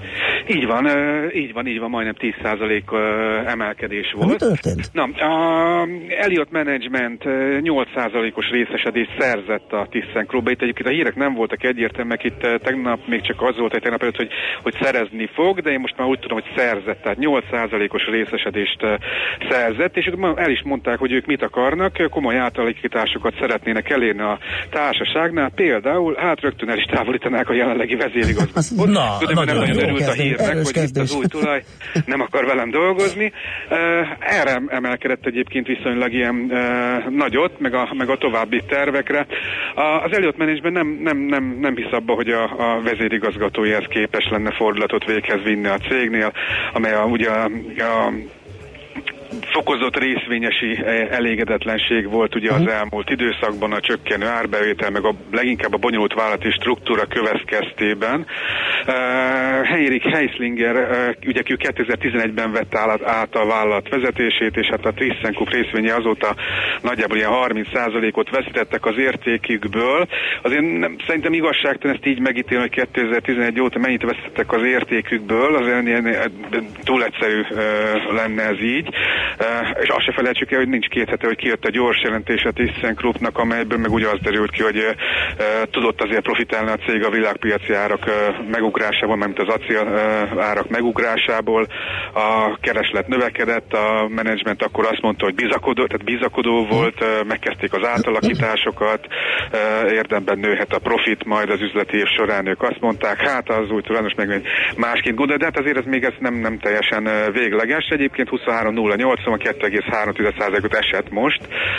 Így van, így van, így van, majdnem tíz százalék emelkedés volt. Mi történt? Na, a Elliott Management nyolc százalékos részesedést szerzett a ThyssenKruppba. Itt egyébként a hírek nem voltak egyértelműek, itt tegnap még csak az volt egy tegnap előtt, hogy, hogy szerezni fog, de én most már úgy tudom, hogy szerzett, tehát nyolc százalékos részesedést szerzett, és el is mondták, hogy ők mit akarnak, komoly átalakításokat szeretnének elérni a társaságnál, például hát rögtön el is távolítanák a jelenlegi vezérigazgatót. Na, Tudom, nem nagyon örült a hírnek, hogy kezdés. itt az új tulaj nem akar velem dolgozni. Erre emelkedett egyébként viszonylag ilyen nagyot, meg a, meg a további tervekre. Az Elliott Management nem, nem, nem, nem hisz abba, hogy a, a vezérigazgatójához képes lenne fordulatot véghez vinni a cégnél, amely a, ugye a, a fokozott részvényesi elégedetlenség volt ugye az elmúlt időszakban, a csökkenő árbevétel, meg a leginkább a bonyolult vállalati struktúra következtében. Uh, Heinrich Heislinger, uh, ugye ő kétezer-tizenegyben vett át a vállalat vezetését, és hát a ThyssenKrupp részvénye azóta nagyjából ilyen harminc százalékot veszítettek az értékükből. Azért nem, szerintem igazságtalan ezt így megítélni, hogy kétezer-tizenegy óta mennyit veszítettek az értékükből, azért ilyen túl egyszerű uh, lenne ez így. Uh, és azt se felejtsük el, hogy nincs két hete, hogy kijött a gyors jelentés a ThyssenKruppnak, amelyből meg ugye az derült ki, hogy uh, tudott azért profitálni a cég a világpiaci árak uh, megugrásából, mert az acél uh, árak megugrásából. A kereslet növekedett, a menedzsment akkor azt mondta, hogy bizakodó, tehát bizakodó volt, uh, megkezdték az átalakításokat, uh, érdemben nőhet a profit, majd az üzleti év során ők azt mondták, hát az új tulajdonos meg másként gondolja, de hát azért ez még ez nem, nem teljesen uh, végleges. Egyébként huszonhárom nulla nyolc kettő egész három százalékot esett most.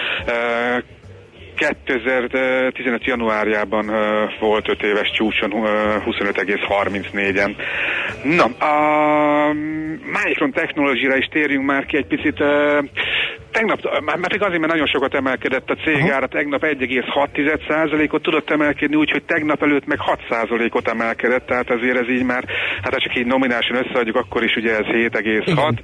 kétezer-tizenöt januárjában volt öt éves csúcson huszonöt egész harmincnégyen. Na, a Micron Technology-ra is térjünk már ki egy picit. Tegnap, már pedig azért, mert nagyon sokat emelkedett a cégára, tegnap egy egész hat százalékot tudott emelkedni, úgyhogy tegnap előtt meg hat százalékot emelkedett, tehát azért ez így már, hát ha csak így nominálisan összeadjuk, akkor is ugye ez hét egész hat.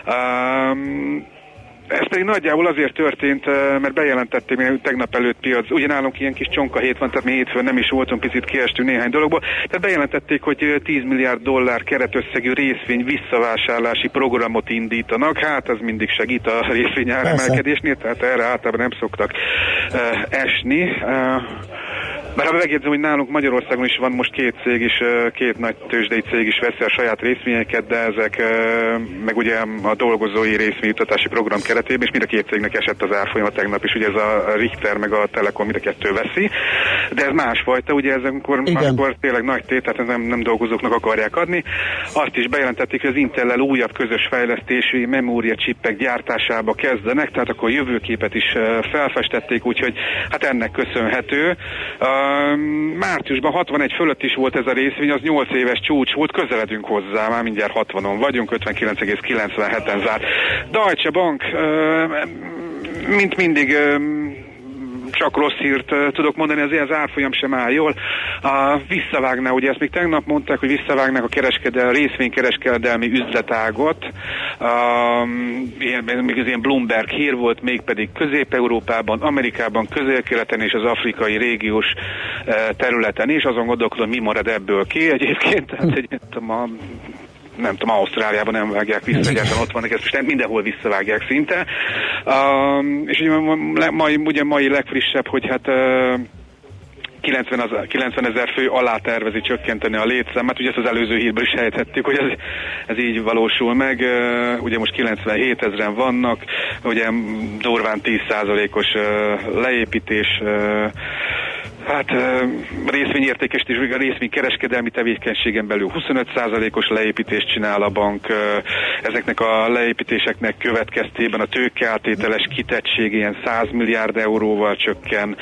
Um, Ez pedig nagyjából azért történt, mert bejelentették, hogy tegnap előtt piac, ugye nálunk ilyen kis csonka hét van, tehát mi hétfőn nem is voltunk, picit kiestünk néhány dologból, tehát bejelentették, hogy tíz milliárd dollár keretösszegű részvény visszavásárlási programot indítanak, hát ez mindig segít a részvény áremelkedésnél, tehát erre általában nem szoktak uh, esni. Uh, Mert ha megjegyzem, hogy nálunk Magyarországon is van most két cég is, két nagy tőzsdei cég is veszi a saját részvényeket, de ezek meg ugye a dolgozói részvényjutatási program keretében, és mind a két cégnek esett az árfolyama tegnap is, ugye ez a Richter meg a Telekom mind a kettő veszi, de ez másfajta, ugye ez amikor, amikor tényleg nagy tét, tehát nem, nem dolgozóknak akarják adni. Azt is bejelentették, hogy az Intellel újabb közös fejlesztésű memóriacsippek gyártásába kezdenek, tehát akkor jövőképet is felfestették, úgyhogy hát ennek köszönhető. Márciusban hatvanegy fölött is volt ez a részvény, az nyolc éves csúcs volt, közeledünk hozzá, már mindjárt hatvanon vagyunk, ötvenkilenc egész kilencvenheten zárt. Deutsche Bank, mint mindig csak rossz hírt uh, tudok mondani, azért az árfolyam sem áll jól. Uh, visszavágná, ugye ezt még tegnap mondták, hogy visszavágnák a kereskedel, részvénykereskedelmi üzletágot. Uh, ilyen, még az ilyen Bloomberg hír volt, mégpedig Közép-Európában, Amerikában, Közel-Keleten és az afrikai régiós uh, területen is. Azon gondolkodom, mi marad ebből ki egyébként. Tehát egy, a nem tudom, Ausztráliában nem vágják vissza, egyáltalán ott vannak, ezt most mindenhol visszavágják szinte. Uh, és ugye mai, ugye mai legfrissebb, hogy hát uh, kilencven ezer fő alá tervezi csökkenteni a létszámát, ugye ezt az előző hírben is sejthettük, hogy ez, ez így valósul meg, uh, ugye most kilencvenhét ezeren vannak, ugye durván tíz százalékos uh, leépítés, uh, hát részvényértékesítés, a részvénykereskedelmi tevékenységen belül huszonöt százalékos leépítést csinál a bank. Ezeknek a leépítéseknek következtében a tőkeáttételes kitettség ilyen száz milliárd euróval csökken.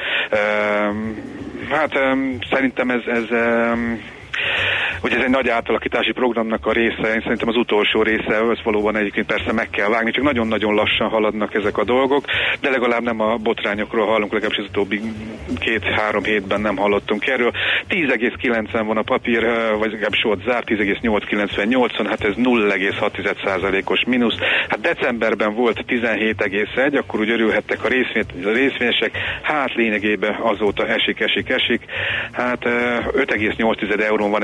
Hát szerintem ez, ez hogy ez egy nagy átalakítási programnak a része, én szerintem az utolsó része, az valóban egyébként persze meg kell vágni, csak nagyon-nagyon lassan haladnak ezek a dolgok, de legalább nem a botrányokról hallunk, legalábbis az utóbbi két-három hétben nem hallottunk erről. tíz egész kilencven van a papír, vagy legalábbis ott zárt, tíz egész nyolcszázkilencvennyolc, hát ez nulla egész hat százalékos mínusz. Hát decemberben volt tizenhét egész egy, akkor úgy örülhettek a, részvény, a részvényesek, hát lényegében azóta esik, esik, esik. Hát öt egész nyolc eurón van egy borzasztó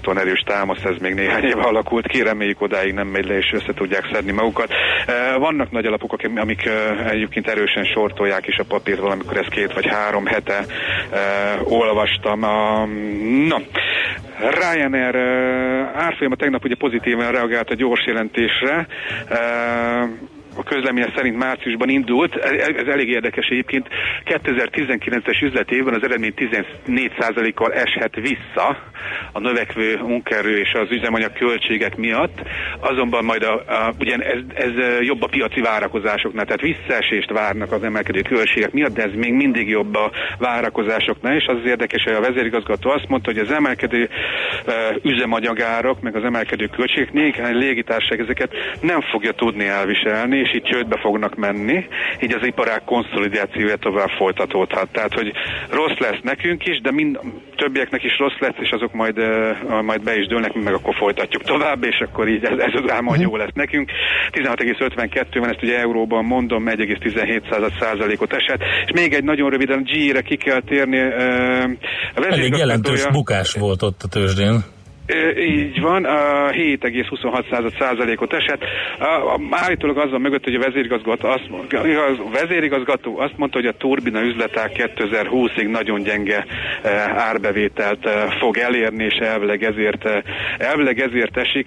borzasztóan erős támasz, ez még néhány éve alakult ki, reméljük odáig nem megy le, és össze tudják szedni magukat. Vannak nagy alapok, amik egyébként erősen sortolják is a papírt, valamikor ez két vagy három hete olvastam. Na, Ryanair árfolyama tegnap ugye pozitívan reagált a gyors jelentésre. A közleménye szerint márciusban indult, ez elég érdekes egyébként, kétezer-tizenkilences üzletévben az eredmény tizennégy százalékkal eshet vissza a növekvő munkaerő és az üzemanyag költségek miatt, azonban majd a, a, ugyan ez, ez jobb a piaci várakozásoknál, tehát visszaesést várnak az emelkedő költségek miatt, de ez még mindig jobb a várakozásoknál, és az, az érdekes, hogy a vezérigazgató azt mondta, hogy az emelkedő uh, üzemanyagárak, meg az emelkedő költségek, néhány légitársaság ezeket nem fogja tudni elviselni, és itt csődbe fognak menni, így az iparág konszolidációja tovább folytatódhat. Tehát, hogy rossz lesz nekünk is, de mind többieknek is rossz lesz, és azok majd, uh, majd be is dőlnek, meg akkor folytatjuk tovább, és akkor így ez, ez az álma, hogy jó lesz nekünk. tizenhat egész ötvenkettő van, ezt ugye euróban mondom, egy egész tizenhét százalékot esett, és még egy nagyon röviden a gé é-re ki kell térni. Uh, Elég jelentős bukás volt ott a tőzsdén. Így van, hét egész huszonhat százalékot esett. Állítólag az van mögött, hogy a vezérigazgató azt, a vezérigazgató azt mondta, hogy a turbina üzletág kétezer-húszig nagyon gyenge árbevételt fog elérni, és elvileg ezért, elvileg ezért esik.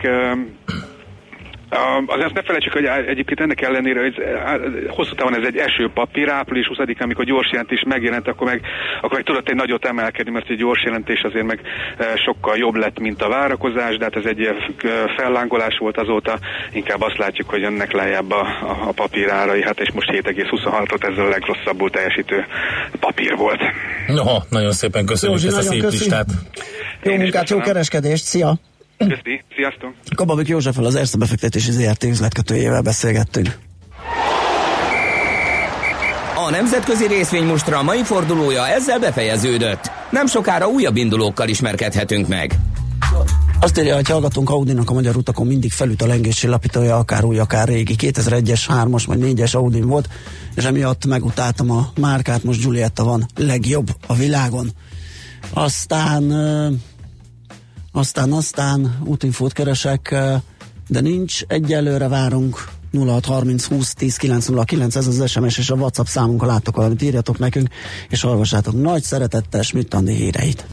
Uh, azért ne felejtsük, hogy egyébként ennek ellenére, hogy hosszú távon ez egy esőpapír, április huszadikán, amikor gyors jelentés megjelent, akkor meg, akkor meg tudott egy nagyot emelkedni, mert egy gyors jelentés azért meg uh, sokkal jobb lett, mint a várakozás, de hát ez egy uh, fellángolás volt azóta, inkább azt látjuk, hogy ennek lejjebb a, a, a papírárai, hát és most hét egész huszonhatot, ez a legrosszabbul teljesítő papír volt. Noha, nagyon szépen köszönjük Józsi, ezt a szép köszi. listát. Jó munkát, jó kereskedést, szia! Köszi, sziasztok! Kababik Józseffel, az Erste Befektetési zé er té üzletkötőjével beszélgettünk. A nemzetközi részvénymustra mai fordulója ezzel befejeződött. Nem sokára újabb indulókkal ismerkedhetünk meg. Azt írja, hogy hallgatunk, Audinak a magyar utakon mindig felüt a lengési lapítója, akár új, akár régi. kétezer-egyes, hármas vagy négyes Audin volt, és emiatt megutáltam a márkát, most Giulietta van legjobb a világon. Aztán... Aztán, aztán útinfót keresek, de nincs, egyelőre várunk. Nulla hat harminc húsz tíz kilenc nulla kilenc, ez az es em es és a WhatsApp számunk, ha láttok valamit, írjatok nekünk, és olvassátok nagy szeretettel Schmidt Andi híreit.